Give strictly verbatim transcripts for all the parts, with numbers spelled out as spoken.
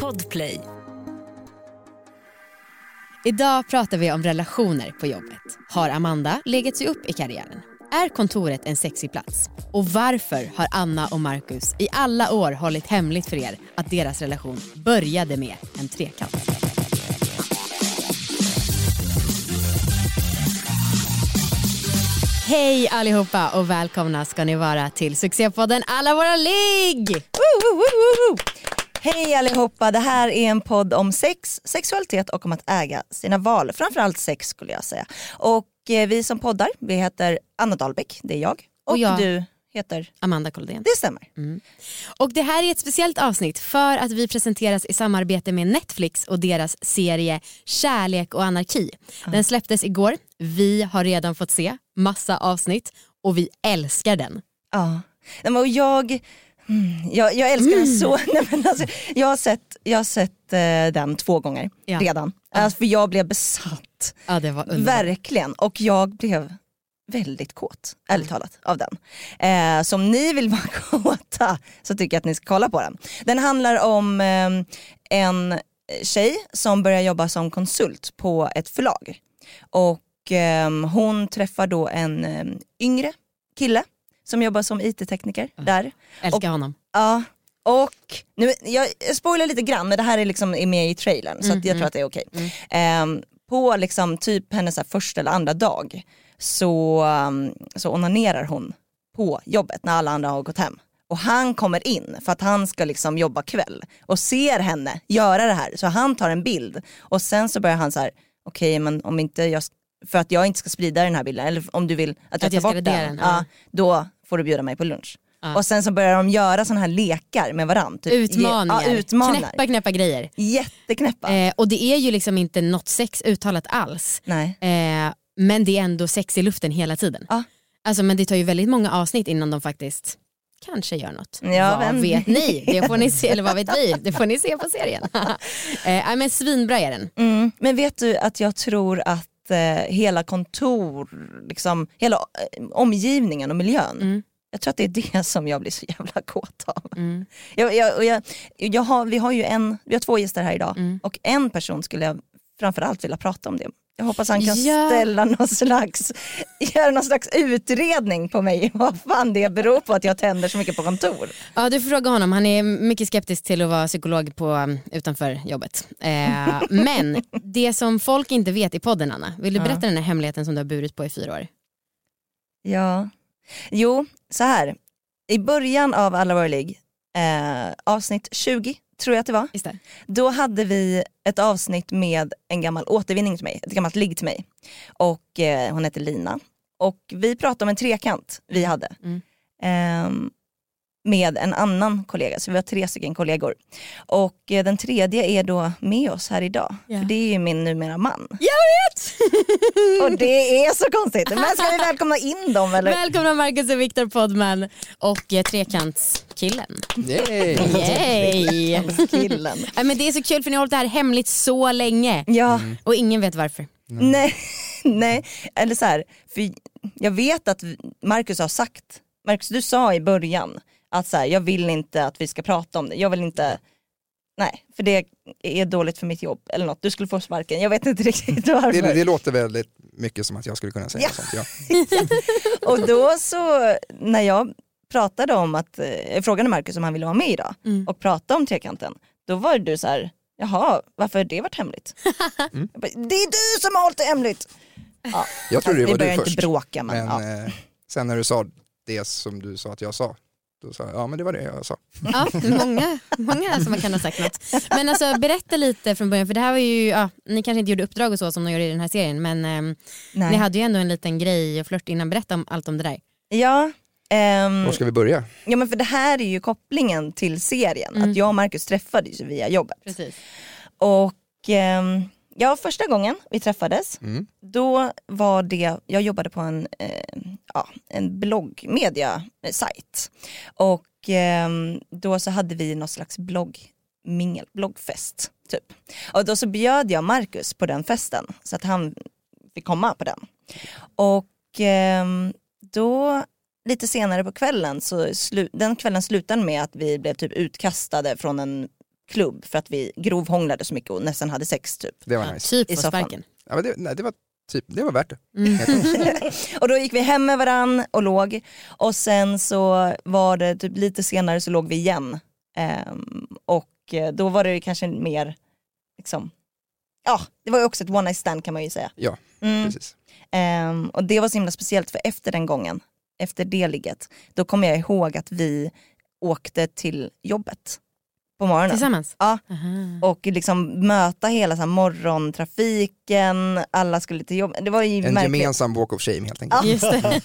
Podplay. Idag pratar vi om relationer på jobbet. Har Amanda legat sig upp i karriären? Är kontoret en sexig plats? Och varför har Anna och Marcus i alla år hållit hemligt för er att deras relation började med en trekant? Hej allihopa och välkomna ska ni vara till succépodden Alla våra ligg! Woo, woo, woo, woo. Hej allihopa, det här är en podd om sex, sexualitet och om att äga sina val. Framförallt sex skulle jag säga. Och eh, vi som poddar, vi heter Anna Dahlbäck, det är jag. Och, och jag du heter? Amanda Koldén. Det stämmer. Mm. Och det här är ett speciellt avsnitt för att vi presenteras i samarbete med Netflix och deras serie Kärlek och anarki. Den Mm. släpptes igår. Vi har redan fått se massa avsnitt och vi älskar den. Ja, och jag... Mm, jag, jag älskar Mm. den så. Nej, men alltså, jag har sett, jag har sett eh, den två gånger Ja. redan. Ja. Alltså, för jag blev besatt. Ja, det var underbart. Verkligen. Och jag blev väldigt kåt, ärligt talat, av den. Eh, så om ni vill vara kåta så tycker jag att ni ska kolla på den. Den handlar om eh, en tjej som börjar jobba som konsult på ett förlag. Och eh, hon träffar då en eh, yngre kille som jobbar som I T-tekniker Mm. där. Älskar och, honom. Ja, och nu, jag spoilar lite grann, men det här är liksom är med i trailern så Mm, att jag mm. tror att det är okej. Mm. Eh, på liksom typ hennes här första eller andra dag så, um, så onanerar hon på jobbet när alla andra har gått hem. Och han kommer in för att han ska liksom jobba kväll och ser henne göra det här. Så han tar en bild och sen så börjar han så här: okej, okay, men om inte jag, för att jag inte ska sprida den här bilden, eller om du vill att jag Att jag tar ska bort den, radera den, ja. ja, då får du bjuda mig på lunch. Ja. Och sen så börjar de göra såna här lekar med varandra. Typ, Utmaningar. Ja, utmaningar. Knäppa, knäppa grejer. Jätteknäppa. Eh, och det är ju liksom inte något sex uttalat alls. Nej. Eh, men det är ändå sex i luften hela tiden. Ja. Alltså, men det tar ju väldigt många avsnitt innan de faktiskt kanske gör något. Ja, vad men... vet ni? Det får ni se, eller vad vet vi? Det får ni se på serien. eh, men svinbra är den. Mm. Men vet du att jag tror att eh, hela kontor, liksom, hela eh, omgivningen och miljön, Mm. jag tror att det är det som jag blir så jävla kåt av. Mm. Jag, jag, och jag, jag har, vi har ju en, vi har två gäster här idag Mm. och en person skulle jag framförallt vilja prata om det. Jag hoppas han kan Ja. ställa någon slags, göra någon slags utredning på mig. Vad fan det beror på att jag tänder så mycket på kontor. Ja, du får fråga honom. Han är mycket skeptisk till att vara psykolog på, utanför jobbet. Eh, men det som folk inte vet i podden, Anna, vill du berätta Ja. den här hemligheten som du har burit på i fyra år? Ja, jo, så här. I början av Alla våra ligg, eh, avsnitt tjugo tror jag att det var. Just det. Då hade vi ett avsnitt med en gammal återvinning till mig, ett gammalt ligg till mig. Och eh, hon heter Lina. Och vi pratade om en trekant vi hade. Mm. Ehm, med en annan kollega, så vi var tre stycken kollegor. Och eh, den tredje är då med oss här idag. Ja. För det är ju min numera man. Jag vet! Och det är så konstigt. Men ska vi välkomna in dem eller? Välkomna Marcus och Victor Podman och eh, trekantskillen. Yay! Yay! Killen. Ja, men det är så kul för ni har hållit det här hemligt så länge. Ja. Och ingen vet varför. Nej, nej, eller så här, för jag vet att Marcus har sagt, Marcus du sa i början att så här, jag vill inte att vi ska prata om det, jag vill inte, nej, för det är dåligt för mitt jobb eller något, du skulle få sparken, jag vet inte riktigt varför. Det, det låter väldigt mycket som att jag skulle kunna säga Ja. sånt, ja. Och då så, när jag pratade om att, jag frågade Marcus om han ville vara med idag Mm. och prata om trekanten, då var du så här: jaha, varför har det varit hemligt? Mm. Jag bara, det är du som har hållit det hemligt! Ja. Jag tror det Vi var börjar du inte först. bråka, men, Men ja. eh, sen när du sa det som du sa att jag sa, då sa jag, ja men det var det jag sa. Ja, många, många som man kan ha sagt något. Men alltså berätta lite från början, för det här var ju, ja, ni kanske inte gjorde uppdrag och så som de gör i den här serien, men ehm, Nej. ni hade ju ändå en liten grej och flört innan. Berätta om allt om det där. Ja, ehm, Var ska vi börja? ja, men för det här är ju kopplingen till serien. Mm. Att jag och Marcus träffades ju via jobbet. Precis. Och ehm, ja, första gången vi träffades, Mm. då var det, jag jobbade på en, eh, ja, en bloggmedia-sajt. Och ehm, då så hade vi någon slags bloggmingel, bloggfest typ. Och då så bjöd jag Marcus på den festen så att han fick komma på den. Och ehm, då lite senare på kvällen så slu- den kvällen slutade med att vi blev typ utkastade från en klubb för att vi grovhånglade så mycket och nästan hade sex typ. Det var Ja, nice. typ I på soffan. sparken. Ja, men det, nej, det, var typ, det var värt det. Mm. Och då gick vi hem med varann och låg. Och sen så var det typ lite senare så låg vi igen. Ehm, och då var det kanske mer liksom, ja det var ju också ett one night stand kan man ju säga. Ja, Mm. precis. Ehm, och det var så himla speciellt för efter den gången, efter det ligget, då kommer jag ihåg att vi åkte till jobbet på morgonen. Tillsammans? Ja. Aha. Och liksom möta hela så här morgontrafiken, alla skulle till jobbet. Det var ju En märkligt. gemensam walk of shame helt enkelt. Ja. Just det.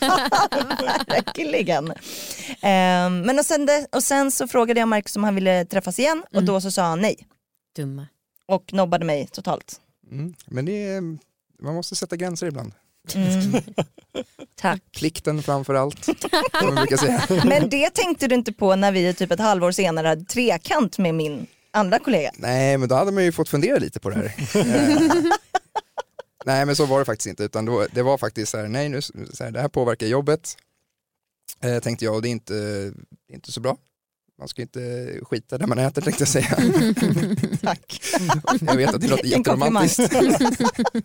Verkligen. Ehm, men och sen, det, och sen så frågade jag Marcus om han ville träffas igen och Mm. då så sa han nej. Dumma. Och nobbade mig totalt. Mm. Men det är, man måste sätta gränser ibland. Mm. Tack. Plikten framför allt, som man brukar säga. Men det tänkte du inte på när vi typ ett halvår senare hade trekant med min andra kollega? Nej, men då hade man ju fått fundera lite på det här. Eh, nej, men så var det faktiskt inte. Utan då, det var faktiskt så här, nej, nu, så här, det här påverkar jobbet. Eh, tänkte jag, och det är inte, det är inte så bra. Man ska inte skita där man äter, tänkte jag säga. Tack. Jag vet att det låter En komplimang. jätteromantiskt.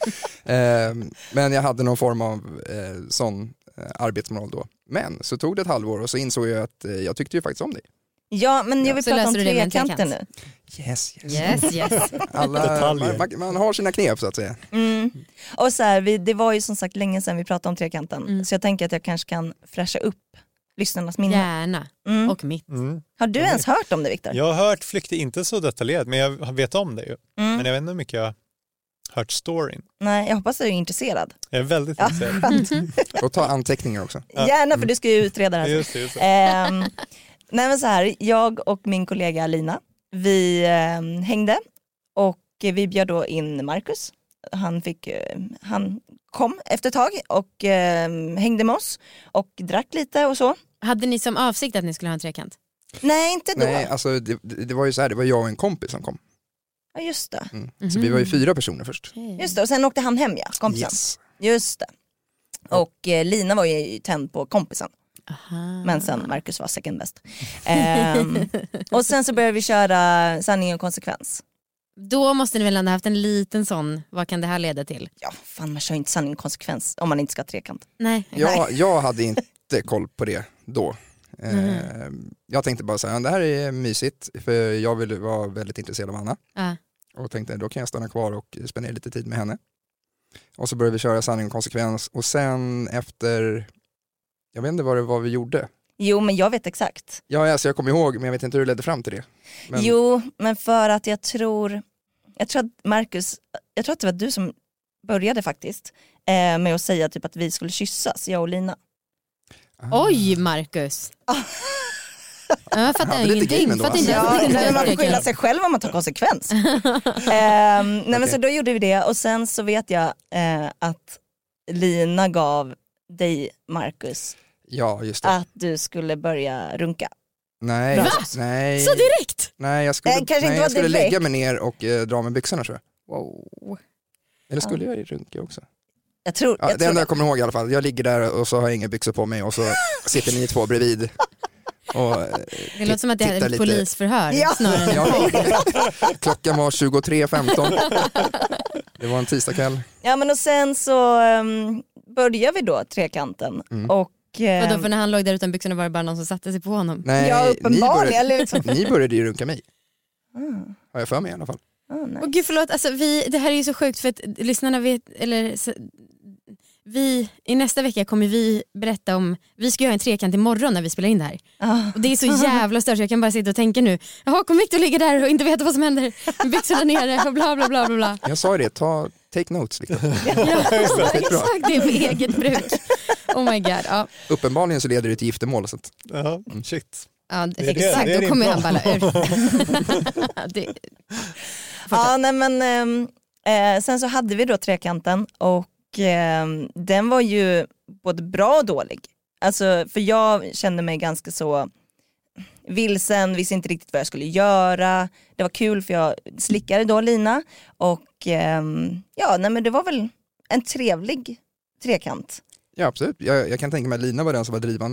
eh, men jag hade någon form av eh, sån eh, arbetsmoral då. Men så tog det ett halvår och så insåg jag att eh, jag tyckte ju faktiskt om dig. Ja, men jag vill Så prata om löser du det med en trekanten nu. trekant. Yes, yes. Yes, yes. Alla, Detaljer. man, man har sina knep så att säga. Mm. Och så här, vi, det var ju som sagt länge sedan vi pratade om trekanten. Mm. Så jag tänker att jag kanske kan fräscha upp lyssnarnas minne. Gärna. Mm. Och mitt. Mm. Har du ens hört om det, Viktor? Jag har hört flyktigt, inte så detaljerat, men jag vet om det ju. Mm. Men jag vet inte hur mycket jag har hört storyn. Nej, jag hoppas att du är intresserad. Jag är väldigt Ja, intresserad. skönt. Och ta anteckningar också. Ja. Gärna, för du ska ju utreda det här. Just det, just det. Ehm, nej men så här, jag och min kollega Lina, vi ehm, hängde och vi bjöd då in Marcus. Han, fick, eh, han kom efter ett tag och ehm, hängde med oss och drack lite och så. Hade ni som avsikt att ni skulle ha en trekant? Nej, inte då. Nej, alltså det, det det var ju så här, det var jag och en kompis som kom. Ja, just det. Mm. Så vi var ju fyra personer först. Just det, och sen åkte han hem, ja, kompisen. Yes. Just det. Och eh, Lina var ju tänd på kompisen. Aha. Men sen Marcus var second best. Ehm, och sen så började vi köra sanning och konsekvens. Då måste ni väl ändå haft en liten sån, vad kan det här leda till? Ja, fan man kör inte sanning och konsekvens om man inte ska ha trekant. Nej. Jag, jag hade inte koll på det då. Eh, jag tänkte bara säga, det här är mysigt, för jag ville vara väldigt intresserad av Anna. Ja. Och tänkte, då kan jag stanna kvar och spendera lite tid med henne. Och så började vi köra sanning och konsekvens. Och sen efter, jag vet inte vad det var vi gjorde. Jo, men jag vet exakt. Ja, alltså jag kommer ihåg, men jag vet inte hur det ledde fram till det. Men, Jo, men för att jag tror, jag tror att Marcus, jag tror att det var du som började faktiskt eh, med att säga typ att vi skulle kyssas, jag och Lina. ah. Oj, Marcus. Jag fattar Hade lite ingenting. game ändå, Fattar alltså. inte Ja, att det nej, inte man får är skylla trekant. sig själv om man tar konsekvens. eh, nej, men Okej. så då gjorde vi det och sen så vet jag eh, att Lina gav dig, Marcus, Ja, just det. att du skulle börja runka. Nej, Va? nej. Så direkt? Nej, jag skulle, Nej, kanske inte nej, var jag skulle direkt. lägga mig ner och eh, dra med byxorna, tror jag. Wow. Eller skulle jag i runka också? Jag tror, Ja, jag det tror enda det. jag kommer ihåg i alla fall, jag ligger där och så har jag inga byxor på mig och så sitter ni två bredvid. Och, eh, Det låter som att det är titta ett lite. polisförhör Ja. snarare än Ja, klockan var tjugotre femton. Det var en tisdagkväll. Ja, men och sen så um, började vi då trekanten Mm. och ehm, Vadå, för när han låg där utan byxorna var det bara någon som satte sig på honom? Nej, ja, ni uppenbarligen. började, Eller liksom. ni började ju runka mig, Mm. har jag för mig i alla fall. Oh, nej. Åh gud förlåt, alltså, vi, det här är ju så sjukt för att lyssnarna vet, eller så, vi, i nästa vecka kommer vi berätta om, vi ska göra en trekant imorgon när vi spelar in det här. Ah. Och det är så jävla stört, jag kan bara sitta och tänka nu, jaha kommer Victor ligga där och inte veta vad som händer, med byxorna nere och bla bla bla bla bla. Jag sa det, ta, take notes Victor. Ja, Skitbra. exakt, det är för eget bruk. Oh my god, ja. Uppenbarligen så leder det till giftermål. Så att, Ja, shit. Ja, Det är det- exakt, det är då din kommer han plan. balla ur. det, Ja, nej, men ehm, eh, sen så hade vi då trekanten och ehm, den var ju både bra och dålig. Alltså, för jag kände mig ganska så vilsen, visste inte riktigt vad jag skulle göra. Det var kul för jag slickade då Lina och ehm, ja, nej, men det var väl en trevlig trekant. ja absolut, jag, jag kan tänka mig att Lina var den som var drivande.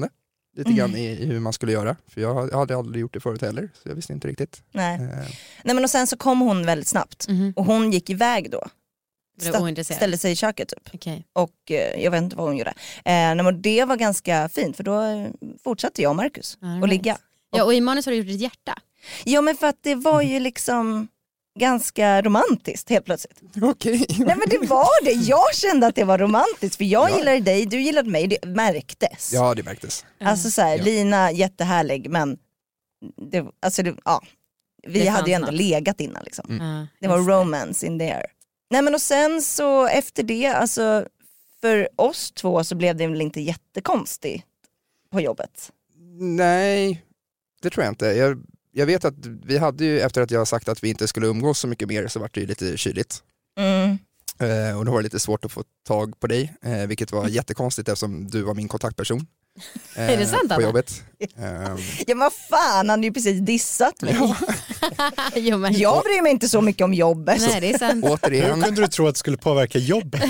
lite Mm. grann i, i hur man skulle göra. För jag hade aldrig gjort det förut heller, så jag visste inte riktigt. Nej. Eh, Nej men och sen så kom hon väldigt snabbt. Mhm. Och hon gick iväg då. Blev Sta- ointresserad. ställde sig i köket typ. Okej. Och eh, jag vet inte vad hon gjorde. Eh, nej, men det var ganska fint för då eh, fortsatte jag och Marcus All att right. ligga. Ja, och i manus har du gjort ett hjärta. Ja men för att det var ju liksom ganska romantiskt helt plötsligt. Okej. Nej men det var det, jag kände att det var romantiskt för jag Ja. gillade dig, du gillade mig, det märktes. Ja, det märktes. Alltså så här, Ja. Lina jättehärlig men det, alltså det, ja, vi Det hade fanns ju ändå något. legat innan liksom. Mm. Ja, Det var just romance in there. Nej men och sen så efter det, alltså för oss två så blev det väl inte jättekonstigt på jobbet. Nej, det tror jag inte. Jag, jag vet att vi hade ju, efter att jag sagt att vi inte skulle umgås så mycket mer, så var det ju lite kyligt. Mm. Eh, och då var det lite svårt att få tag på dig, eh, vilket var jättekonstigt eftersom du var min kontaktperson. Eh, Är det sant, på Anna? jobbet. Eh, Ja vad fan, han hade ju precis dissat mig. ja, jo, men... Jag bryr mig inte så mycket om jobbet. Nej, det är sant. Hur återigen, kunde du tro att det skulle påverka jobbet?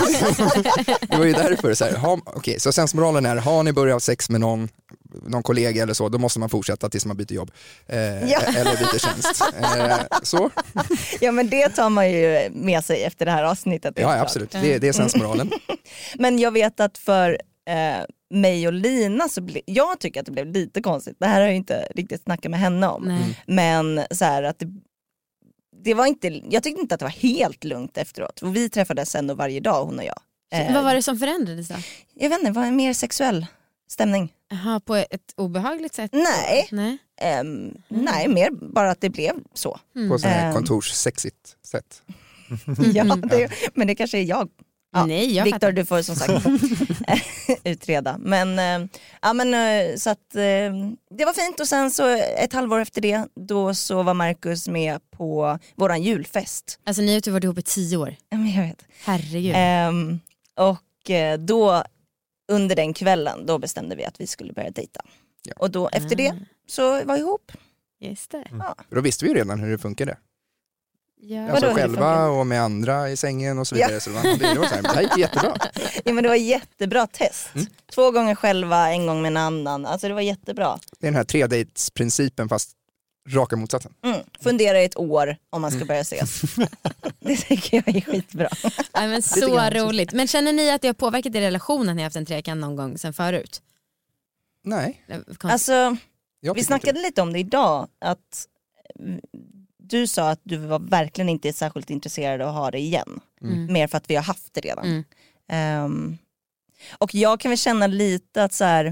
det var ju därför så här, ha, okej, så sensmoralen är, har ni börjat sex med någon, någon kollega eller så, då måste man fortsätta tills man byter jobb. Eh, Ja. Eller byter tjänst. Eh, så, Ja men det tar man ju med sig efter det här avsnittet. ja helt absolut, det, det är sensmoralen. Men jag vet att för eh, mig och Lina så ble, jag tycker att det blev lite konstigt. Det här har jag ju inte riktigt snackat med henne om. Nej. Men så här att det, det var inte, jag tyckte inte att det var helt lugnt efteråt. Och vi träffades ändå varje dag hon och jag. Eh, Vad var det som förändrades då? Jag vet inte, var det en mer sexuell stämning? Jaha, på ett obehagligt sätt? Nej, Nej. ehm, nej mer bara att det blev så. Mm. På sån här Ehm. kontorssexigt sätt. Ja, det, men det kanske är jag. Ja, Nej, jag Viktor, fattar. du får som sagt utreda. Men, eh, ja, men eh, så att eh, det var fint och sen så ett halvår efter det då så var Marcus med på våran julfest. Alltså ni har ju varit ihop i tio år. Ja, men jag vet. Herregud. Ehm, och eh, då under den kvällen då bestämde vi att vi skulle börja dejta. Ja. Och då efter det så var vi ihop. Just det. Ja. För då visste vi ju redan hur det funkade. Ja. Alltså Vadå, hur själva funkar och med andra i sängen och så Ja. vidare. Så det, var, det, var så här, det här gick jättebra. Ja, men det var jättebra test. Mm. Två gånger själva, en gång med en annan. Alltså det var jättebra. Det är den här tre-dates-principen fast raka motsatsen. Mm. Fundera i ett år om man ska börja ses. Det tycker jag är skitbra. Ja, men så grann. roligt. Men känner ni att det har påverkat er relation att ni har haft en trekant någon gång sen förut? Nej. Konst- Alltså, Jag vi tycker snackade inte. lite om det idag. Att du sa att du var verkligen inte särskilt intresserad av att ha det igen. Mm. Mer för att vi har haft det redan. Mm. Ehm, och jag kan väl känna lite att så här,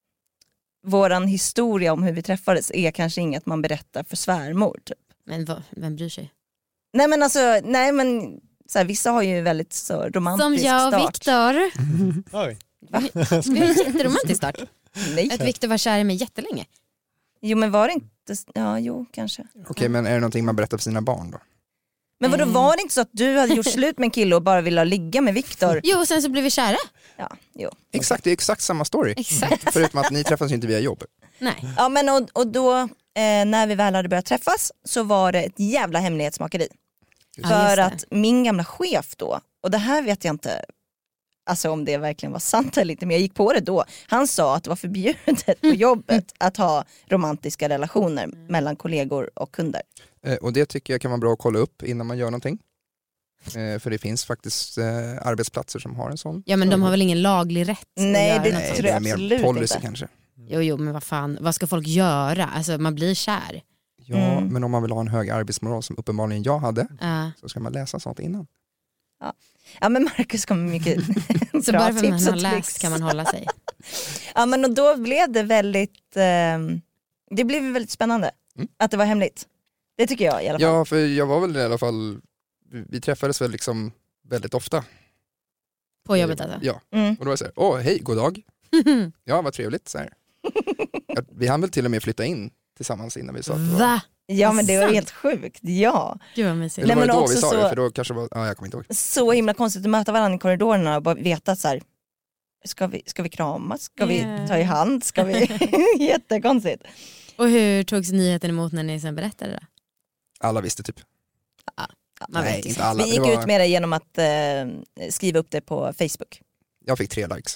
våran historia om hur vi träffades är kanske inget man berättar för svärmor. Typ. Men vad, vem bryr sig? Nej men alltså, nej men så här, vissa har ju väldigt så romantisk Som jag och start. Viktor. Oj. Vi har en jätteromantisk start. Nej. Att Viktor var kär i mig jättelänge. Jo men var det inte, ja jo kanske. Okej, men är det någonting man berättar för sina barn då? Men vadå, Mm. var det inte så att du hade gjort slut med en kille och bara ville ligga med Viktor? Jo, och sen så blev vi kära. Ja, jo. Exakt, det är exakt samma story. Exakt. Förutom att ni träffas ju inte via jobb. Nej. Ja men och, och då eh, när vi väl hade börjat träffas så var det ett jävla hemlighetsmakeri. Ja, För just det. att min gamla chef då, och det här vet jag inte alltså om det verkligen var sant eller inte, men jag gick på det då. Han sa att det var förbjudet på jobbet att ha romantiska relationer mellan kollegor och kunder. Eh, och det tycker jag kan vara bra att kolla upp innan man gör någonting. Eh, för det finns faktiskt eh, arbetsplatser som har en sån. Ja, men de har väl ingen laglig rätt att Nej, göra det något Nej, sånt. tror det jag är mer absolut policy inte. kanske. Jo, jo, men vad fan, vad ska folk göra? Alltså man blir kär. Ja, Mm. men om man vill ha en hög arbetsmoral som uppenbarligen jag hade, Ja. så ska man läsa sånt innan. Ja men Marcus kommer med mycket Så bra bara för att man tips har och läst tricks. kan man hålla sig. Ja men och då blev det väldigt, eh, det blev väldigt spännande Mm. att det var hemligt. Det tycker jag i alla fall. Ja, för jag var väl i alla fall, vi vi träffades väl liksom väldigt ofta. På jobbet alltså. Ja, Mm. och då var det så här, åh hej, god dag. Ja, vad trevligt. Så här. Ja, vi hann väl till och med flytta in tillsammans innan vi sa att det var... Va? Ja men det var Sant? helt sjukt, ja. Gud vad mysigt. Eller Nej, var det men då vi också sa så- det? För då kanske var, ja jag kommer inte ihåg. Så himla konstigt att möta varandra i korridorerna och bara veta så här, ska vi, ska vi kramas? Ska vi Yeah. ta i hand? Ska vi... Jättekonstigt. Och hur togs nyheten emot när ni sen berättade det? Alla visste typ. Man Nej, vet inte alla. Vi Det gick var, ut med det genom att eh, skriva upp det på Facebook. jag fick tre likes.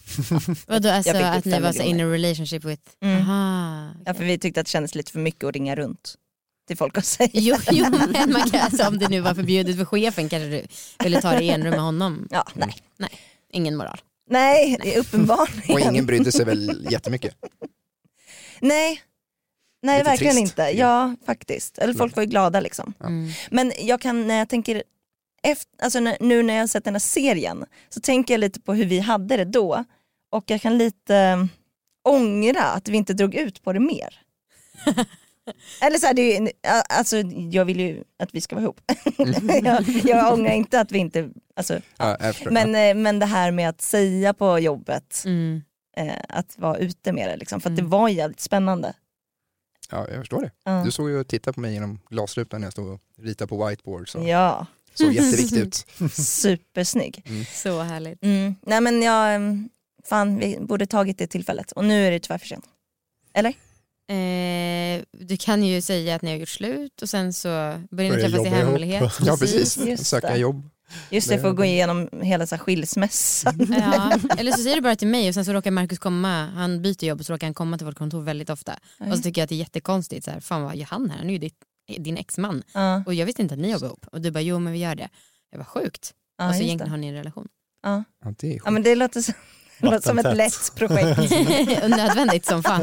Vadå, alltså Jag fick att fem ni var så in a miljoner. relationship with... Mm. Aha. Ja, för vi tyckte att det kändes lite för mycket att ringa runt till folk och säga. Jo, jo men man kan, alltså, om det nu var förbjudet för chefen kanske du ville ta det i en rum med honom. Ja, nej. Nej, ingen moral. Nej, det är uppenbarligen. Och ingen brydde sig väl jättemycket. Nej, nej Lite verkligen trist. inte. Ja, faktiskt. Eller folk var ju glada liksom. Mm. Men jag kan, när jag tänker, efter, alltså när, nu när jag har sett den här serien så tänker jag lite på hur vi hade det då. Och jag kan lite äh, ångra att vi inte drog ut på det mer. Eller så här, det är, alltså, jag vill ju att vi ska vara ihop. jag, jag ångrar inte att vi inte... Alltså, Ja, jag förstår. men, eh, men det här med att säga på jobbet, Mm. eh, att vara ute med det. Liksom, för att Mm. det var jävligt spännande. Ja, jag förstår det. Ja. Du såg ju och tittade på mig genom glasrutan när jag stod och ritade på whiteboard. Så Ja, såg jätteviktigt ut. supersnygg. Så härligt. Mm. Nej men jag, mm, fan vi borde tagit det tillfället. Och nu är det tyvärr för sent. Eller? Eh, du kan ju säga att ni har gjort slut och sen så börjar ni Börjar träffas i jobba ihop. hemlighet. Ja, precis. Just Söka det. jobb. Just det, för att gå igenom hela så här skilsmässa. Ja. Eller så säger du bara till mig och sen så råkar Marcus komma, han byter jobb och så råkar han komma till vårt kontor väldigt ofta. Och så tycker jag att det är jättekonstigt, så här, fan vad gör han här? Han är ju ditt, din exman. Ja, Och jag visste inte att ni jobbar ihop. Och du bara, jo men vi gör det. Jag var sjukt. ja, och så just egentligen det. har ni en relation. Ja. Ja, det är Ja sjukt. men det låter som, det låter som ett Vattentätt. lätt projekt. Och nödvändigt som fan.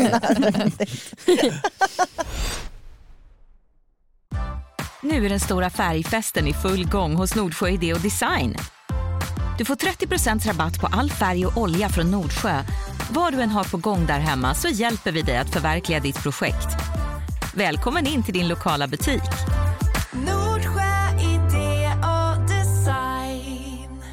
Nu är den stora färgfesten i full gång hos Nordsjö Idé och Design. Du får trettio procent rabatt på all färg och olja från Nordsjö. Vad du än har på gång där hemma så hjälper vi dig att förverkliga ditt projekt. Välkommen in till din lokala butik. Nordsjö Idé och Design.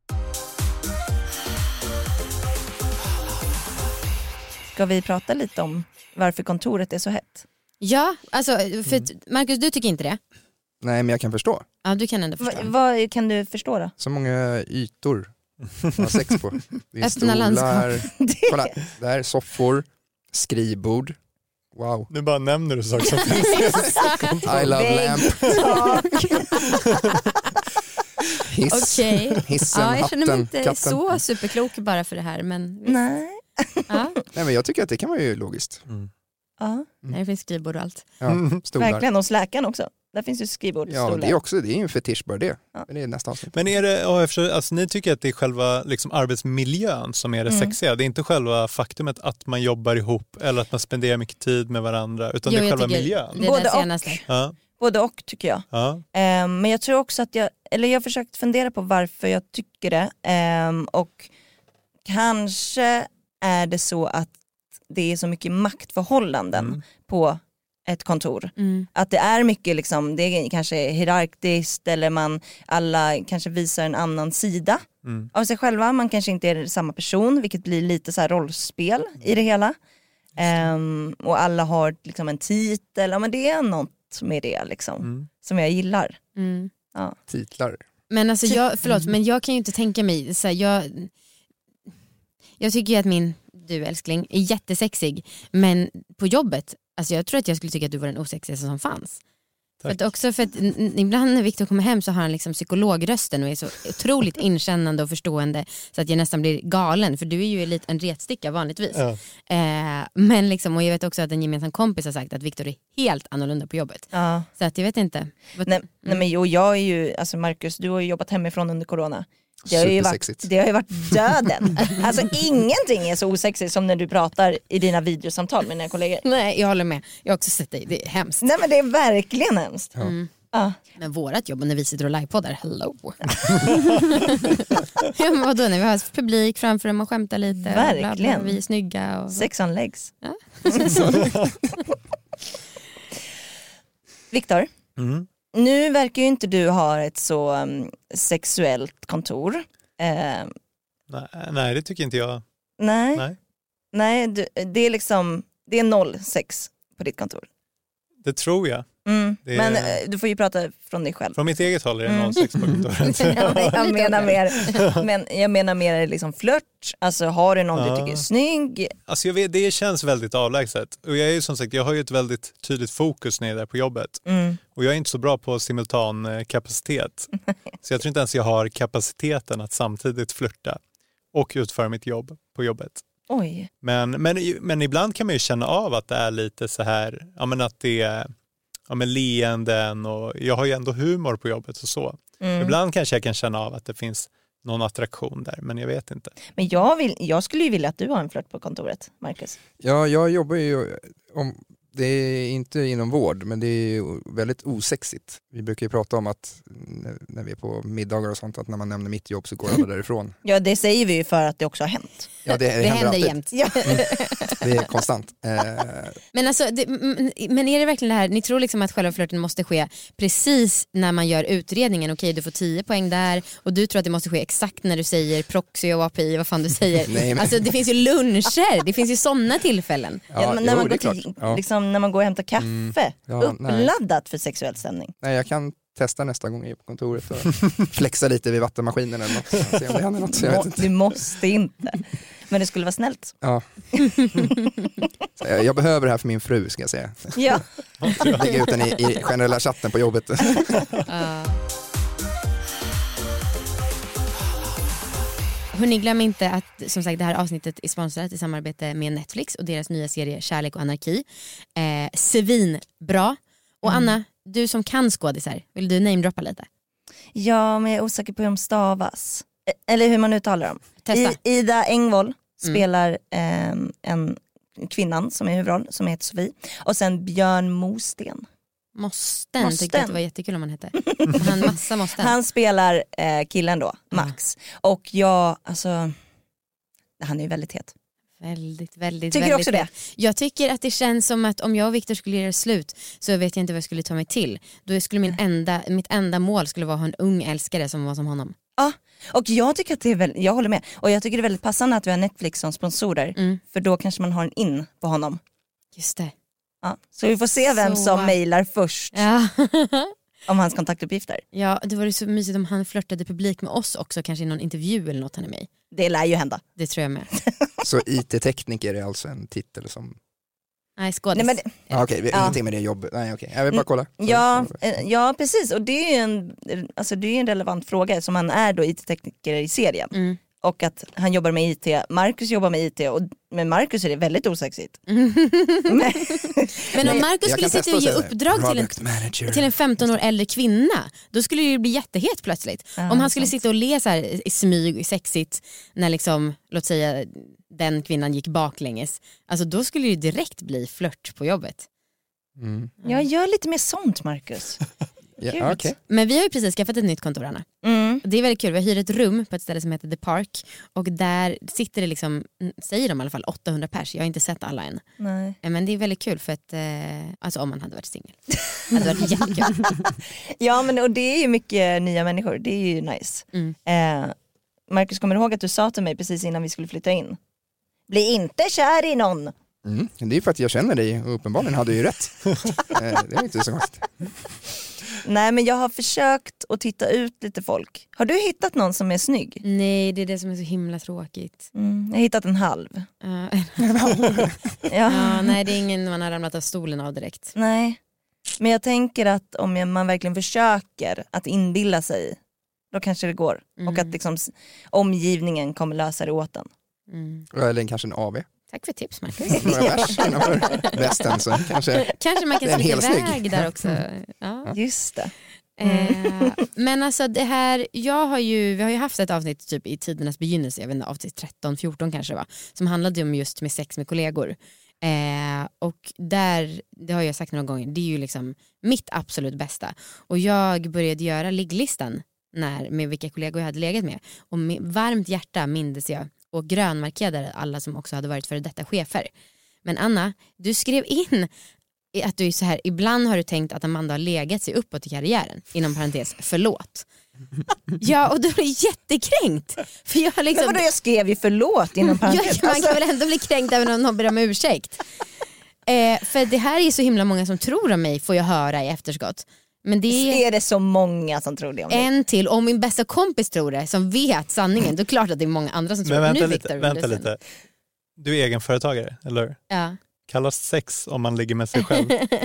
Ska vi prata lite om varför kontoret är så hett? Ja, alltså för att- Marcus, du tycker inte det? Nej, men jag kan förstå. Ja, du kan ändå Va, förstå. vad kan du förstå då? Så många ytor man har sex på. Det är Öppna stolar, landskap. kolla, där är soffor, skrivbord. Wow. Nu bara nämner du saker som finns. I love Vägg, lamp. tak. Hiss, Okej. hissen, Ja, jag känner mig hatten, inte katten. så superklok bara för det här. Men visst. Nej. Ja, Nej, men jag tycker att det kan vara ju logiskt. Ja, det finns skrivbord och allt. Ja, stolar. verkligen. Hos läkaren också. Där finns ju skrivbord. Ja, det är också, det är ju en fetisch bara det. Ja. Men det är nästa avsnitt. Men är det, ja, eftersom, alltså, ni tycker att det är själva liksom, arbetsmiljön som är det Mm. sexiga? Det är inte själva faktumet att man jobbar ihop eller att man spenderar mycket tid med varandra, utan Jo, det är jag själva tycker miljön. Det är Både det och. senaste. Ja, Både och tycker jag. ja. Ehm, men jag tror också att jag, eller jag har försökt fundera på varför jag tycker det. Ehm, och kanske är det så att det är så mycket maktförhållanden Mm. på ett kontor. Mm. Att det är mycket liksom, det är kanske hierarkiskt eller man alla kanske visar en annan sida Mm. av sig själva. Man kanske inte är samma person, vilket blir lite så här rollspel i det hela. Ehm, och alla har liksom en titel, ja, men det är något med det liksom, Mm. som jag gillar. Mm. Titlar. Men alltså jag, förlåt, men jag kan ju inte tänka mig så här, jag, jag tycker ju att min, du älskling, är jättesexig, men på jobbet, alltså jag tror att jag skulle tycka att du var den osexigaste som fanns. För att också för att n- n- ibland när Victor kommer hem så har han liksom psykologrösten och är så otroligt inkännande och förstående så att jag nästan blir galen, för du är ju lite en retsticka vanligtvis. Ja. Eh, men liksom, och jag vet också att en gemensam kompis har sagt att Victor är helt annorlunda på jobbet. Ja. Så att jag vet inte. Nej, nej men jo, jag är ju, alltså Marcus, du har ju jobbat hemifrån under corona. Det har, ju varit, Supersexigt. det har ju varit döden. Alltså ingenting är så osexigt som när du pratar i dina videosamtal med dina kollegor. Nej, jag håller med. Jag har också sett dig, det är hemskt. Nej men det är verkligen hemskt. Mm. Ja. Men vårat jobb när vi sitter och livepoddar, hello. Ja, men vadå, när vi har publik framför dem och skämtar lite. Verkligen. Bla, bla, vi är snygga. Och... Sex on legs. Ja. Viktor, Mm. nu verkar ju inte du ha ett så um, sexuellt kontor. Eh, Nej, nej, det tycker inte jag. nej, nej. Nej. du, det är liksom, det är noll sex på ditt kontor. Det tror jag. Mm. Det är- Men eh, du får ju prata från dig själv. Från mitt eget håll är det Mm. noll sex på kontoret. Ja, men jag menar mer, men jag menar mer liksom flört. Alltså har du någon Ja. du tycker är snygg? Alltså jag vet, det känns väldigt avlägset. Och jag är ju som sagt, jag har ju ett väldigt tydligt fokus när jag är där på jobbet. Mm. Och jag är inte så bra på simultan eh, kapacitet. Så jag tror inte ens jag har kapaciteten att samtidigt flirta. och utföra mitt jobb på jobbet. Oj. Men, men, men ibland kan man ju känna av att det är lite så här, ja men att det är ja men leenden och jag har ju ändå humor på jobbet och så. Mm. Ibland kanske jag kan känna av att det finns någon attraktion där, men jag vet inte. Men jag, vill, jag skulle ju vilja att du har en flört på kontoret, Marcus. Ja, jag jobbar ju, om, det är inte inom vård, men det är ju väldigt osexigt. Vi brukar ju prata om att när, när vi är på middagar och sånt, att när man nämner mitt jobb så går alla därifrån. Ja, det säger vi ju för att det också har hänt. Ja, det, det Det händer händer alltid. jämt. Ja. Mm. Det är konstant. Eh, Men, alltså, det, men är det verkligen det här, ni tror liksom att själva flirten måste ske precis när man gör utredningen, okej du får tio poäng där och du tror att det måste ske exakt när du säger proxy och A P I, vad fan du säger. Nej, men- Alltså det finns ju luncher, det finns ju sådana tillfällen. Ja, men när, jo, man det går är till, klart. Ja. liksom, när man går och hämtar kaffe, Mm. Ja, nej. uppladdat för sexuell stämning. Nej, jag kan testa nästa gång jag är på kontoret och flexa lite vid vattenmaskinen eller något. Se om det händer något. Jag vet inte. Du måste inte. Men det skulle vara snällt. Ja. Så jag, jag behöver det här för min fru, ska jag säga. Ja. Lägga ut den i, i generella chatten på jobbet. Uh. Hörrni, glöm inte att som sagt det här avsnittet är sponsrat i samarbete med Netflix och deras nya serie Kärlek och anarki. Eh, svinbra. Och Anna, du som kan skådisar, vill du namedroppa lite? Ja, men jag är osäker på hur de stavas. E- Eller hur man uttalar dem. Testa. I, Ida Engvall spelar eh, en kvinnan som är huvudroll, som heter Sofie. Och sen Björn Mosten. Mosten, Mosten. tyckte att det var jättekul om han hette. Han massa Mosten. Han spelar eh, killen då, Max. Och jag, alltså, han är ju väldigt het. Väldigt, väldigt, Tycker du väldigt också det? Jag tycker att det känns som att om jag och Victor skulle göra slut så vet jag inte vad jag skulle ta mig till. Då skulle min enda, mitt enda mål skulle vara att ha en ung älskare som var som honom. Ja, och jag tycker att det är väl, jag håller med. Och jag tycker det är väldigt passande att vi har Netflix som sponsorer. Mm. För då kanske man har en in på honom. Just det. Ja. Så vi får se vem Så- som mejlar först Ja. om hans kontaktuppgifter. Ja, det var så mysigt om han flörtade publik med oss också, kanske i någon intervju eller något han är med i. Det lär ju hända. Det tror jag med. Så I T-tekniker är alltså en titel som... Nej, skådis. Nej, men det, Ah, okej, vi har Ja. ingenting med det jobbet. Nej, okej. Jag vill bara kolla. ja, eh, ja, precis. Och det är ju en, alltså det är ju en relevant fråga som han är då I T-tekniker i serien. Mm. Och att han jobbar med I T, Marcus jobbar med I T och med Marcus är det väldigt osexigt. Men, Men om Marcus Jag skulle kan sitta testa och och ge säga uppdrag till en, product manager. till en femton år äldre kvinna, då skulle det ju bli jättehet plötsligt. Ja, om han skulle sant. sitta och le så här i smyg, sexigt, när liksom, låt säga den kvinnan gick baklänges. Alltså då skulle det ju direkt bli flört på jobbet. Mm. jag gör lite mer sånt, Marcus. Ja, Gud. okej. Men vi har ju precis skaffat ett nytt kontor, Anna. Mm. Det är väldigt kul, vi har hyrt ett rum på ett ställe som heter The Park och där sitter det liksom, säger de i alla fall åttahundra pers, jag har inte sett alla än. Nej. Men det är väldigt kul för att, eh, alltså om man hade varit singel. Det hade varit jättekul. Ja, men och det är ju mycket nya människor, det är ju nice. Mm. Eh, Marcus, kommer du ihåg att du sa till mig precis innan vi skulle flytta in? Bli inte kär i någon. Mm. Det är för att jag känner dig och uppenbarligen hade ju rätt. Eh, det är inte så konstigt. Nej, men jag har försökt att titta ut lite folk. Har du hittat någon som är snygg? Nej, det är det som är så himla tråkigt. Mm, jag har hittat en halv. Uh, Ja. ja, nej, det är ingen man har ramlat av stolen av direkt. Nej, men jag tänker att om man verkligen försöker att inbilla sig, då kanske det går. Mm. Och att liksom s- omgivningen kommer lösa det åt en. Mm. Eller kanske en A V. Tack för tips, Marcus. Några bärs innanför västen så kanske... Kanske man Det är kan en sticka hel snygg. iväg där också. Ja. Just det. Eh, men alltså det här, jag har ju, vi har ju haft ett avsnitt typ i tidernas begynnelse, jag vet inte, avsnitt tretton fjorton kanske va, som handlade om just med sex med kollegor. Eh, och där, det har jag sagt några gånger, det är ju liksom mitt absolut bästa. Och jag började göra ligglistan när, med vilka kollegor jag hade legat med. Och med varmt hjärta mindes jag och grönmarkerade alla som också hade varit före detta chefer. Men Anna, du skrev in att du är så här, ibland har du tänkt att Amanda har legat sig uppåt i karriären, inom parentes, förlåt. Ja, och då blir jag jättekränkt. För jag har liksom, Men vadå, jag skrev ju förlåt inom ja, parentes. man Alltså, kan väl ändå bli kränkt även om någon ber om ursäkt. Eh, för det här är så himla många som tror om mig, får jag höra i efterskott. Men det är är det så många som tror det om dig? en till, om min bästa kompis tror det, som vet sanningen, då är det klart att det är många andra som tror Men det. vänta Nu, lite, Victor, vänta ledsen. lite. Du är egenföretagare, eller hur? Ja. Kallas sex om man ligger med sig själv.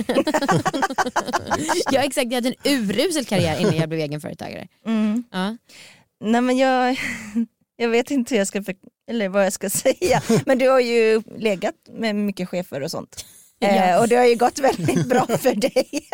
Ja, exakt, jag hade en urusel karriär innan jag blev egenföretagare. Mm. Ja. Nej, men jag, jag vet inte hur jag ska för, eller vad jag ska säga. Men du har ju legat med mycket chefer och sånt. Ja. Eh, och det har ju gått väldigt bra för dig.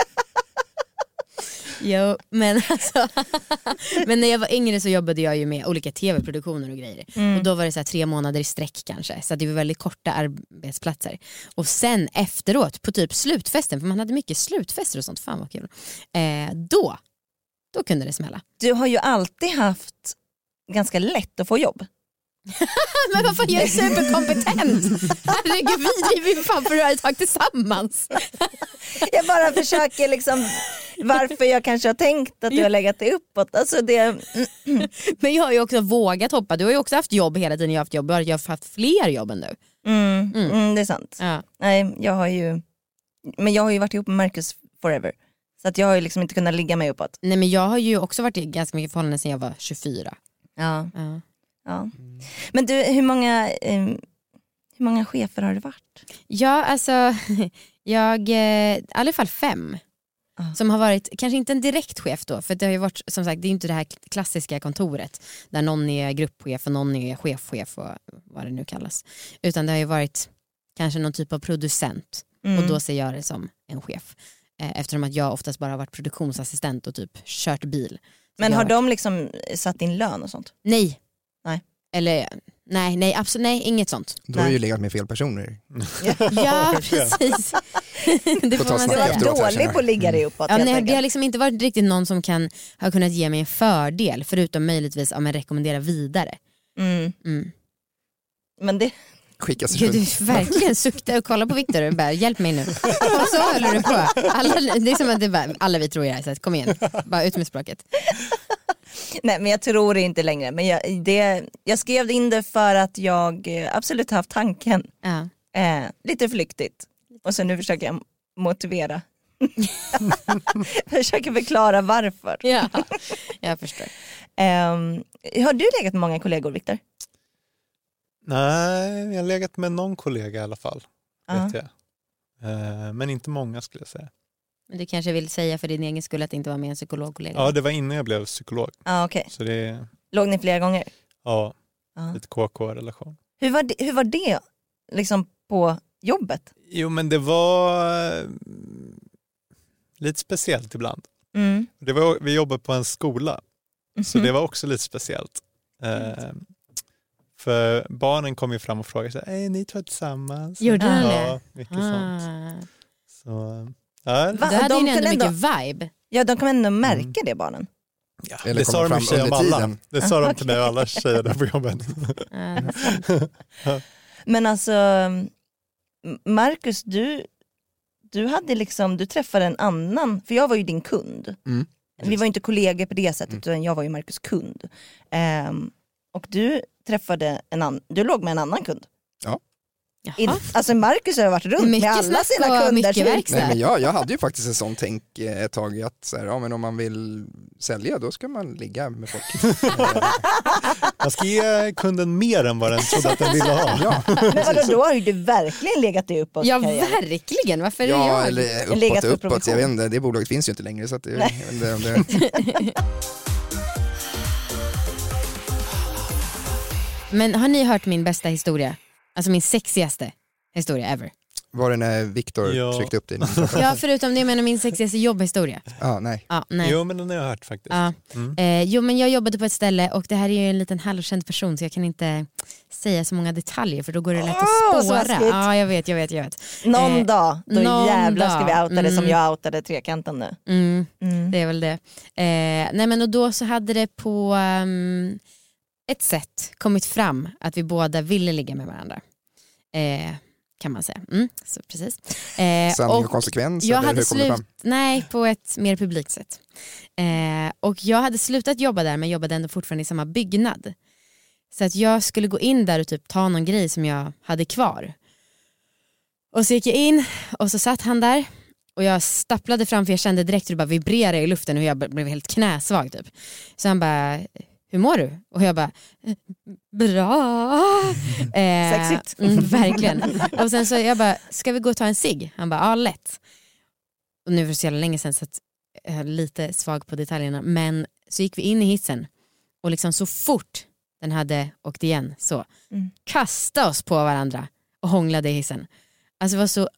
Jo, men alltså men när jag var yngre så jobbade jag ju med olika tv-produktioner och grejer. Mm. Och då var det så här tre månader i sträck kanske. Så det var väldigt korta arbetsplatser. Och sen efteråt på typ slutfesten, för man hade mycket slutfester och sånt, fan vad kul. Eh, då, då kunde det smälla. Du har ju alltid haft ganska lätt att få jobb. Men vad fan, jag är superkompetent. Herregud, vi driver ju fan företag tillsammans. Jag bara försöker liksom varför jag kanske har tänkt att du har legat dig uppåt. Alltså det... Men jag har ju också vågat hoppa. Du har ju också haft jobb hela tiden. Jag har haft jobb. Jag har haft fler jobb än du. Mm, Mm. mm, det är sant. Ja. Nej, jag har ju... Men jag har ju varit ihop med Marcus forever. Så att jag har ju liksom inte kunnat ligga mig uppåt. Nej, men jag har ju också varit i ganska mycket förhållanden sedan jag var tjugofyra. Ja. Ja. Ja. Men du, hur många, eh, hur många chefer har det varit? Ja, alltså jag, eh, i alla fall fem. Ah. Som har varit, kanske inte en direkt chef då, för det har ju varit, som sagt, det är inte det här klassiska kontoret där någon är gruppchef och någon är chefchef och vad det nu kallas. Utan det har ju varit kanske någon typ av producent. Mm. Och då ser jag det som en chef. Eh, eftersom att jag oftast bara har varit produktionsassistent och typ kört bil. Så Men jag har varit- de liksom satt in lön och sånt? Nej. Nej. Eller nej, nej, absolut nej, inget sånt. Då har du ju legat med fel personer. Ja, precis. Det Får får ta man snack Du har säga. efteråt här, varit känner dålig jag. på att ligga dig uppåt Ja, helt nej, det enkelt. har liksom inte varit riktigt någon som kan ha kunnat ge mig en fördel, förutom möjligtvis om jag rekommenderar vidare. Mm. Mm. Men det... Skickas Gud, runt. du verkligen suktar och kollar på Victor och bara, hjälp mig nu. Och så håller du på. Alla, det är som att det bara, alla vi tror i det här, så att kom igen, bara ut med språket. Nej, men jag tror det inte längre. Men jag, det, jag skrev in det för att jag eh, absolut haft tanken. Ja. Eh, lite flyktigt. Och så nu försöker jag motivera. Försöker förklara varför. Ja, jag förstår. Um, har du legat med många kollegor, Victor? Nej, jag har legat med någon kollega i alla fall. Ja. Vet jag. Eh, Men inte många skulle jag säga. Men du kanske vill säga för din egen skull att det inte var med en psykologkollega. Ja, det var innan jag blev psykolog. Ah, okay. Så det är Låg ni flera gånger? ja, Ja. lite K K-relation. Hur var det, hur var det liksom på jobbet? Jo, men det var eh, lite speciellt ibland. Mm. Det var, vi jobbade på en skola, så Mhm. det var också lite speciellt. Eh, för barnen kom ju fram och frågade sig, är ni två tillsammans? Gjorde de det? Ja, mycket sånt. Ah. Så, ja, Va? Du hade de ju kan ändå ändå- mycket vibe. Ja, de kommer ändå märka Mm. det, barnen. ja, Eller det sa komma de i och fram för sig om under alla. tiden. Det sa de Ah, till mig och alla tjejer där på jobbet. Ah. Men alltså, Marcus, du, du hade liksom, du träffade en annan, för jag var ju din kund. Mm. Vi var ju inte kollegor på det sättet, Mm. utan jag var ju Marcus kund. Ehm, och du träffade en annan, du låg med en annan kund. I, Jaha. alltså Marcus har varit runt Mycket med alla snack sina och kunder. mycket typ. verkstad. Nej, men jag, jag hade ju faktiskt en sån tänk eh, ett tag att så här, ja, men om man vill sälja då ska man ligga med folk. Man ska ge kunden mer än vad den trodde att den ville ha. Ja, Men vadå, då har ju du verkligen legat dig uppåt. Ja, karriären. verkligen. Varför är ja jag? eller Legat uppåt för uppåt, jag provision. vet inte, det bolaget finns ju inte längre så att det, jag vet inte om det, Men har ni hört min bästa historia? Alltså min sexigaste historia ever. var det när Viktor Ja. tryckte upp det? Ja, förutom det jag menar min sexigaste jobbhistoria. Ja, nej. Ja, nej. Jo, men den har jag hört faktiskt. Ja. Mm. Eh, jo, men jag jobbade på ett ställe och det här är ju en liten halvkänd person så jag kan inte säga så många detaljer för då går det lätt Åh, att så spåra. läskigt. Ja, jag vet, jag vet, jag vet. Någon Eh, dag, då någon jävlar ska vi dag. outa det som Mm. jag outade trekanten nu. Mm, Mm. det är väl det. Eh, nej, men och då så hade det på um, ett sätt kommit fram att vi båda ville ligga med varandra. Eh, kan man säga. Mm, så precis. Eh, Sanning och konsekvens, jag eller hade hur kom det slut, fram? nej, på ett mer publikt sätt. Eh, och jag hade slutat jobba där men jobbade ändå fortfarande i samma byggnad. Så att jag skulle gå in där och typ ta någon grej som jag hade kvar. Och så gick jag in och så satt han där och jag stapplade fram för jag kände direkt hur det bara vibrerade i luften och jag blev helt knäsvag typ. Så han bara, hur mår du? Och jag bara, bra. Eh, Sexigt. Mm, verkligen. Och sen så jag bara, ska vi gå och ta en cigg? Han bara, ja lätt. Och nu var det så jävla länge sedan så att jag är lite svag på detaljerna. Men så gick vi in i hissen och liksom så fort den hade åkt igen så. Mm. Kasta oss på varandra och hånglade i hissen. Alltså det var så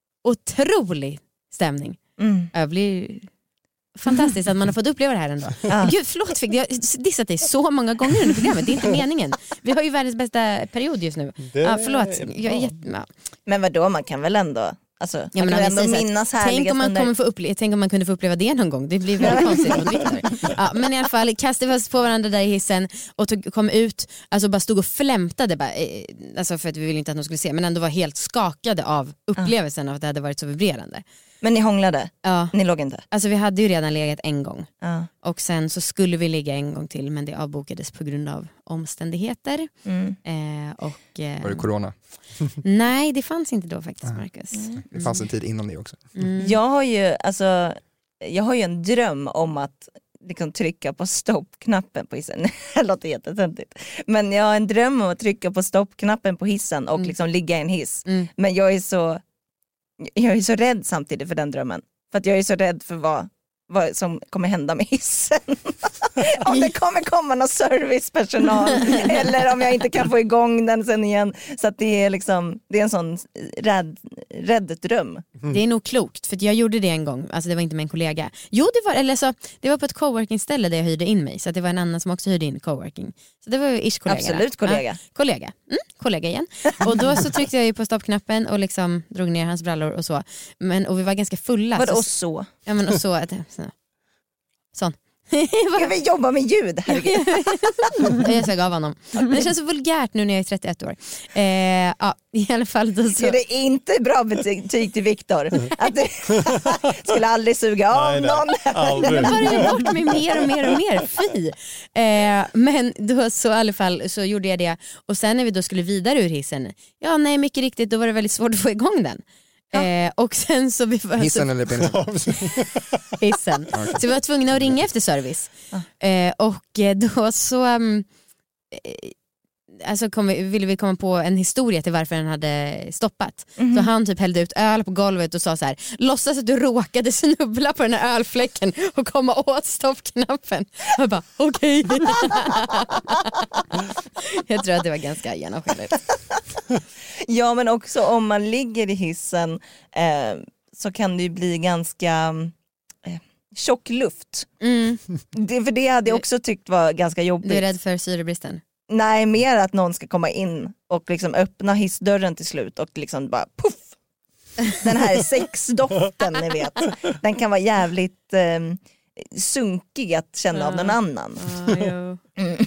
otrolig stämning. Mm. Jag blir fantastiskt att man har fått uppleva det här ändå. Ja. Gud, förlåt, fick jag har dissat dig så många gånger under programmet. Det är inte meningen. Vi har ju världens bästa period just nu. Det Ja, förlåt. är Jag är bra. jätte... ja. Men vadå, man kan väl ändå, alltså, man Ja, men kan om väl vi ändå säger så här, minnas tänk härliga om, man stunder. kommer få upple- tänk om man kunde få uppleva det någon gång. Det blir väldigt konstigt mot Victor. Ja, men i alla fall kastade vi oss på varandra där i hissen och tog, kom ut, alltså bara stod och flämtade bara, eh, alltså för att vi ville inte att de skulle se, men ändå var helt skakade av upplevelsen av att det hade varit så vibrerande. Men ni hånglade? Ja, Ni låg inte? alltså vi hade ju redan legat en gång. Ja. Och sen så skulle vi ligga en gång till, men det avbokades på grund av omständigheter. Mm. Eh, och, eh, Var det corona? nej, det fanns inte då faktiskt, Marcus. Det fanns en tid innan det också. Mm. Jag har ju, alltså, jag har ju en dröm om att liksom trycka på stoppknappen på hissen. Det låter jättetöntigt. Men jag har en dröm om att trycka på stoppknappen på hissen och Mm. liksom ligga i en hiss. Mm. Men jag är så jag är så rädd samtidigt för den drömmen. För att jag är så rädd för vad, vad som kommer hända med hissen. Om det kommer komma någon servicepersonal eller om jag inte kan få igång den sen igen. Så att det är liksom, det är en sån rädd, rädd dröm. Det är nog klokt, för att jag gjorde det en gång. Alltså det var inte med en kollega. Jo, det var, eller så, det var på ett coworking-ställe där jag hyrde in mig. Så att det var en annan som också hyrde in coworking. Så det var ju ish kollega. Absolut kollega. Ja, kollega. Mm, kollega igen. Och då så tryckte jag ju på stoppknappen och liksom drog ner hans brallor och så. Men, och vi var ganska fulla. Vadå så, så? ja, men och så. att- så. Sån. Jag vill jobba med ljud, herregud. Jag ska gav honom. Men det känns så vulgärt nu när jag är trettioett år. Eh, ja, i alla fall då så. Så det är inte bra betyg till Viktor. Att det skulle aldrig suga av Nej, nej, någon. aldrig. Jag bara gör bort mig mer och mer och mer. Fy. Eh, men då så i alla fall så gjorde jag det. Och sen när vi då skulle vidare ur hissen. Ja, nej, mycket riktigt. Då var det väldigt svårt att få igång den. Eh, och sen så vi var Hissen så, eller penisen? hissen. Så vi var tvungna att ringa efter service. Eh, och eh, då så um, eh, alltså kom vi, ville vi komma på en historia till varför den hade stoppat. Så han typ hällde ut öl på golvet och sa så här: låtsas att du råkade snubbla på den här ölfläcken och komma åt stoppknappen. Jag bara okej. Jag tror att det var ganska genomskinligt. Ja, men också om man ligger i hissen eh, så kan det ju bli ganska eh, tjock luft. Mm. Det, för det hade jag också tyckt var ganska jobbigt. Du är rädd för syrebristen? Nej, mer att någon ska komma in och liksom öppna hissdörren till slut och liksom bara puff. Den här sexdoften, ni vet. Den kan vara jävligt eh, sunkig att känna av någon annan. Ah, jo.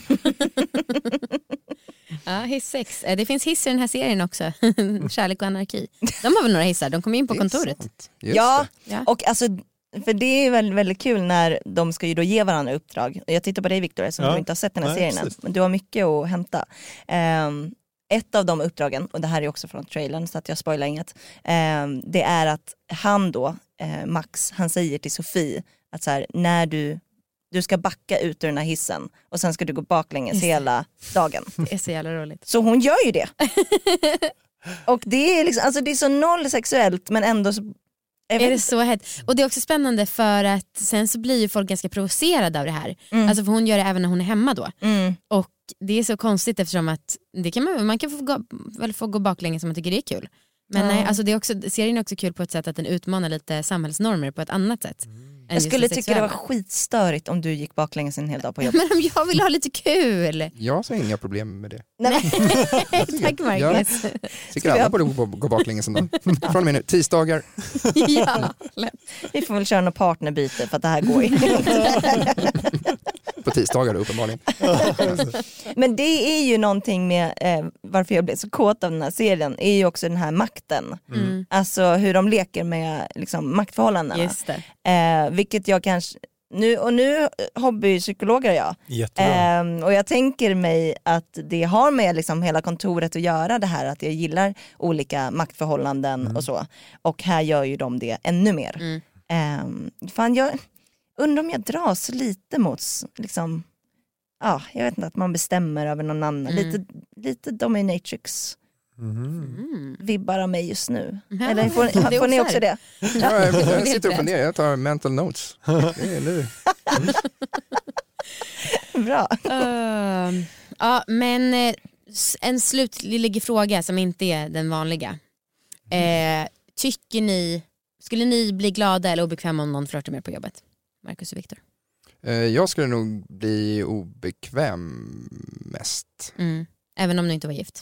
Ja, hiss sex. Eh, Det finns hiss i den här serien också. Kärlek och anarki. De har väl några hissar, de kom in på Det är kontoret. sant. Just Ja, det. Ja. och alltså, för det är väldigt, väldigt kul när de ska ju då ge varandra uppdrag. Jag tittar på dig, Viktor, som Ja. du inte har sett den här Nej, serien än. precis. Men du har mycket att hämta. Um, ett av de uppdragen, och det här är också från trailern så att jag spoilar inget. Um, det är att han då, eh, Max, han säger till Sofie att så här, när du, du ska backa ut ur den här hissen och sen ska du gå baklänges Just det. hela dagen. Det är så jävla roligt. Så hon gör ju det. Och det är liksom, alltså det är så noll sexuellt men ändå så jag vet Är det inte. så hett? Och det är också spännande för att sen så blir ju folk ganska provocerade av det här. Mm. Alltså för hon gör det även när hon är hemma då. Mm. Och det är så konstigt eftersom att det kan man, man kan få gå, väl få gå baklänges om man tycker det är kul. Men Ja. nej, alltså det är också, serien är också kul på ett sätt att den utmanar lite samhällsnormer på ett annat sätt. än Jag just skulle det tycka det var sexuella. skitstörigt om du gick baklänges en hel dag på jobbet. Men om jag vill ha lite kul. Jag ser inga problem med det. Nej, Tack Marcus. Tycker alla borde gå, gå baklänges en dag. Från och med nu, tisdagar. Ja, lätt. vi får väl köra något partnerbyte för att det här går ju inte. På tisdagar då, uppenbarligen. Men det är ju någonting med eh, varför jag blev så kåt av den här serien är ju också den här makten. Mm. Alltså hur de leker med liksom, maktförhållandena. Just det. Eh, vilket jag kanske, nu, och nu hobbypsykologer jag. Jättebra. Ehm, och jag tänker mig att det har med liksom hela kontoret att göra det här att jag gillar olika maktförhållanden och så. Och här gör ju de det ännu mer. Mm. Ehm, fan jag undrar om jag dras lite mot liksom, ja, jag vet inte, att man bestämmer över någon annan. Mm. Lite, lite dominatrix Mhm. Mm. vibbar av mig just nu. Ja, Eller får, det är får ni också också det? Ja, jag, jag sitter och funderar, jag tar mental notes. Det är nu. Bra. Uh, Ja, men eh, s- en slutlig fråga som inte är den vanliga. Eh, tycker ni, skulle ni bli glada eller obekväma om någon flörtar med på jobbet? Marcus och Viktor. Eh, jag skulle nog bli obekväm mest. Mm. Även om du inte var gift.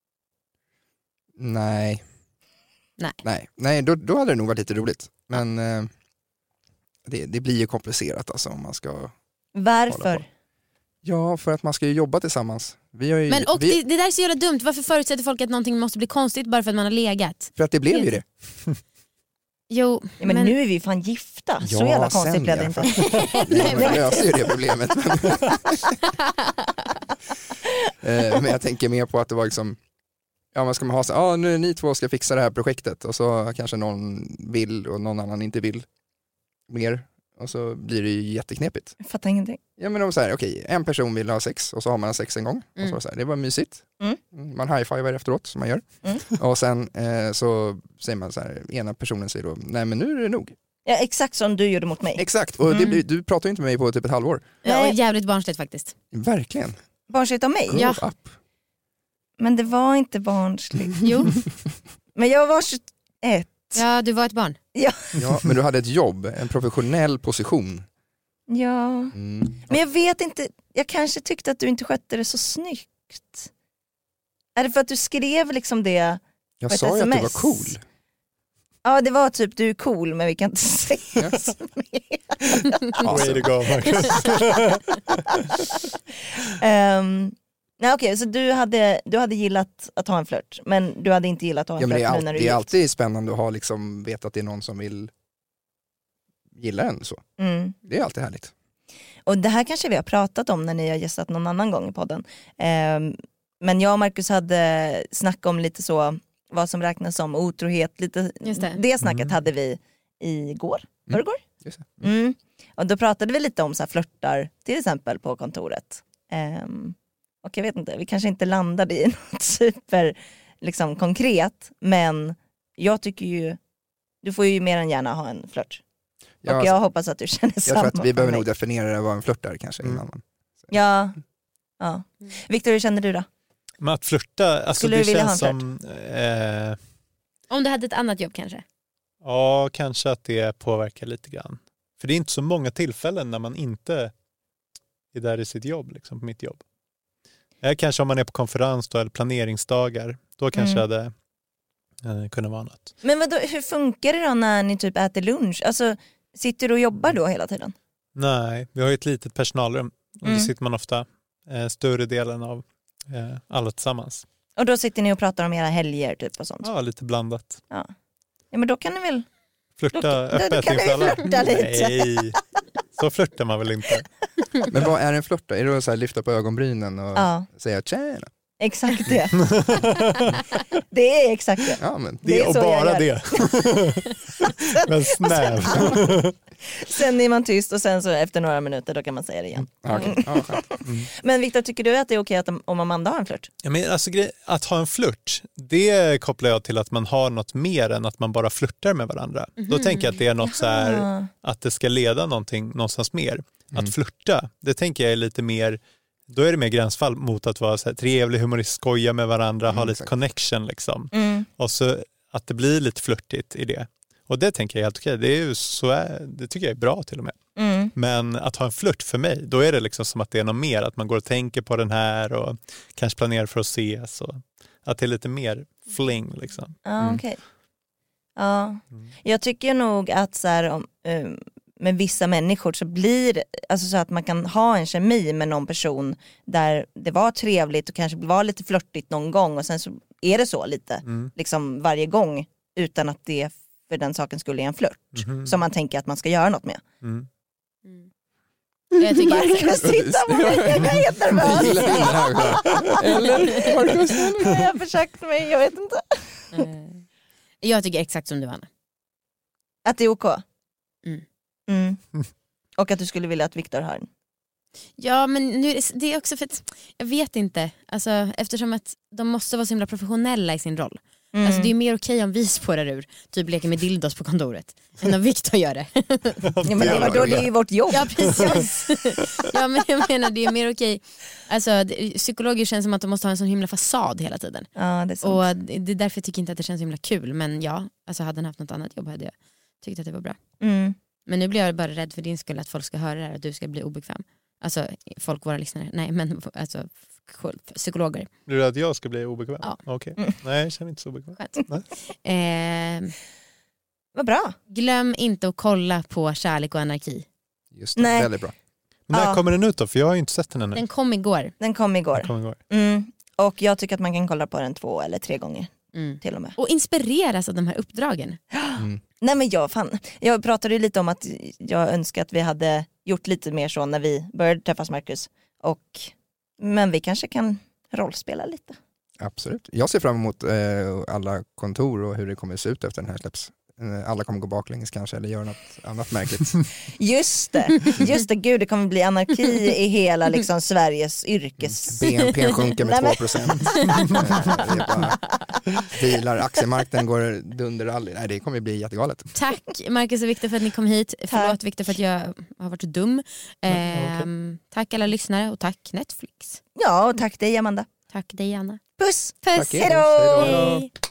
Nej. Nej. Nej, Nej då, då hade det nog varit lite roligt. Men eh, det, det blir ju komplicerat alltså om man ska... Hålla Varför? på. Ja, för att man ska ju jobba tillsammans. Vi har ju, Men och vi, det, det där är så jävla dumt. Varför förutsätter folk att någonting måste bli konstigt bara för att man har legat? för att det blev ju det. Jo, Ja, men, men nu är vi fan gifta. Så Ja, jävla sen, konstigt blev det ja. inte. Nej, men jag löser ju det problemet. Eh, men jag tänker mer på att det var liksom, ja, man ska man ha så, ja, nu ni två ska fixa det här projektet och så kanske någon vill och någon annan inte vill mer och så blir det ju jätteknepigt. Jag fattar ingenting. Ja, men de säger okej, en person vill ha sex och så har man sex en gång och så, Mm. så här, det var mysigt. Mm. Man high-fivar efteråt som man gör. Mm. Och sen eh, så säger man så här, ena personen säger då, nej men nu är det nog. Ja, exakt som du gjorde mot mig. Exakt, och det, Mm. blir- du pratar ju inte med mig på typ ett halvår. ja, och Nej. jävligt barnsligt faktiskt. Verkligen. Barnsligt av mig. Grow Ja. up. Men det var inte barnsligt. Jo, Men jag var tjugoett. ja, du var ett barn. Ja, men du hade ett jobb, en professionell position. Ja. Mm. Men jag vet inte, jag kanske tyckte att du inte skötte det så snyggt. Är det för att du skrev liksom det? Jag På ett sa ju att du var sms. cool. Ja, det var typ, du är cool men vi kan inte säga Ja. så mer. Way to go, Marcus. um, nej, okej, så du hade, du hade gillat att ha en flört, men du hade inte gillat att ha en Ja, men det, flört är nu när all, du det är gift. alltid spännande att ha, liksom, veta att det är någon som vill gilla en så. Mm. Det är alltid härligt. Och det här kanske vi har pratat om när ni har gästat någon annan gång i podden. Um, men jag och Marcus hade snackat om lite så, vad som räknas som otrohet. Lite, Just det. det snacket Mm. hade vi igår, Mm. förrgår. Just det. Mm. Och då pratade vi lite om så här flörtar till exempel på kontoret. Um, och jag vet inte, vi kanske inte landade i något super liksom, konkret, men jag tycker ju, du får ju mer än gärna ha en flört. Ja, och alltså, jag hoppas att du känner jag samma. tror att vi för behöver mig. nog definiera vad en flört är kanske Mm. innan man... Ja, ja. Victor, hur känner du då? Men att flirta, alltså Skulle det du vilja känns ha en som, eh, Om du hade ett annat jobb kanske. ja kanske att det påverkar lite grann. För det är inte så många tillfällen när man inte är där i sitt jobb, liksom på mitt jobb. Eh, kanske om man är på konferens då, eller planeringsdagar, då kanske Mm. det hade eh, kunnat vara något. Men vadå, hur funkar det då när ni typ äter lunch? Alltså, sitter du och jobbar då hela tiden? Nej, vi har ju ett litet personalrum och Mm. då sitter man ofta eh, större delen av eh, alla tillsammans. Och då sitter ni och pratar om era helger typ och sånt? Ja, lite blandat. Ja, ja men då kan ni väl... Flirta Då- då- då öppet kan inför vi alla. flirta lite. Nej, så flirtar man väl inte. Men vad är en flört då? Är det att så här lyfta på ögonbrynen och Ja, säga tjena? exakt det. Det är exakt det. Ja, men Det, Det är och så jag bara gör. det. Men snäv. Sen är man tyst och sen så efter några minuter då kan man säga det igen. ja, okej. Ja, skönt. Men Victor, tycker du att det är okej att om Amanda har en flört? Ja, men alltså, grej- att ha en flört, det kopplar jag till att man har något mer än att man bara flirtar med varandra. Då tänker jag att det är något så här, Jaha. att det ska leda någonting någonstans mer. Mm. Att flirta, det tänker jag är lite mer, då är det mer gränsfall mot att vara så här trevlig, humorist, skoja med varandra, Mm, ha lite exakt. connection liksom. Mm. Och så att det blir lite flörtigt i det. Och det tänker jag är helt okej, det, är ju så är, det tycker jag är bra till och med. Mm. Men att ha en flört för mig, då är det liksom som att det är något mer. Att man går och tänker på den här och kanske planerar för att ses. Och att det är lite mer fling liksom. Ja, Mm. okej. Ja. Mm. Jag tycker nog att så här, om, eh, med vissa människor så blir det alltså så att man kan ha en kemi med någon person där det var trevligt och kanske var lite flörtigt någon gång och sen så är det så lite Mm. liksom varje gång utan att det för den saken skulle är en flört Mhm. som man tänker att man ska göra något med. Mm. Jag tycker Marcus, titta på mig, jag är jättenervös. Gillar den här, så. Eller Marcus? Jag har försökt mig, jag vet inte. Eh, jag tycker exakt som du, Anna. Att det är okej? Mm. Mm. Och att du skulle vilja att Victor har en? Ja, men nu är det, det är också för att jag vet inte, alltså, eftersom att de måste vara så himla professionella i sin roll. Mm. Alltså det är mer okej om vi spårar ur, typ leker med dildos på kontoret, än om Victor gör det. Ja, men det, var då, det är ju vårt jobb. Ja precis. Ja men jag menar det är mer okej. Alltså det, psykologer känns som att de måste ha en sån himla fasad hela tiden. Ja, det är sant. Och det, det är därför jag tycker inte att det känns så himla kul. Men ja, alltså hade han haft något annat jobb hade jag tyckt att det var bra. Mm. Men nu blir jag bara rädd för din skull att folk ska höra det här, att du ska bli obekväm. Alltså folk, våra lyssnare. Nej men alltså psykologer. Blir du att jag ska bli obekväm? Ja. Okej. Mm. Nej, jag känner mig inte så obekväm. Skönt. Eh, Vad bra. glöm inte att kolla på Kärlek och anarki. Just det, Nej. väldigt bra. Men när Ja. kommer den ut då? För jag har ju inte sett den ännu. Den kom igår. Den kom igår. Den kom igår. Mm. Och jag tycker att man kan kolla på den två eller tre gånger Mm. till och med. Och inspireras av de här uppdragen. Mm. Nej men jag, fan, jag pratade ju lite om att jag önskar att vi hade gjort lite mer så när vi började träffas, Marcus. Och, men vi kanske kan rollspela lite. Absolut. Jag ser fram emot eh, alla kontor och hur det kommer se ut efter den här släpps. Eh, alla kommer gå baklänges kanske eller göra något annat märkligt. Just det, just det, gud det kommer bli anarki i hela liksom, Sveriges yrkes... B N P sjunker med Nej, men- två procent. Bilar, aktiemarknaden går dunderrally. Nej, det kommer bli jättegalet. Tack Marcus och Victor för att ni kom hit. Förlåt Victor för att jag har varit dum. Ehm, tack alla lyssnare och tack Netflix. Ja, och tack dig Amanda. Tack dig Anna. Puss! Puss! Tack er. Hejdå! Hejdå. Hej.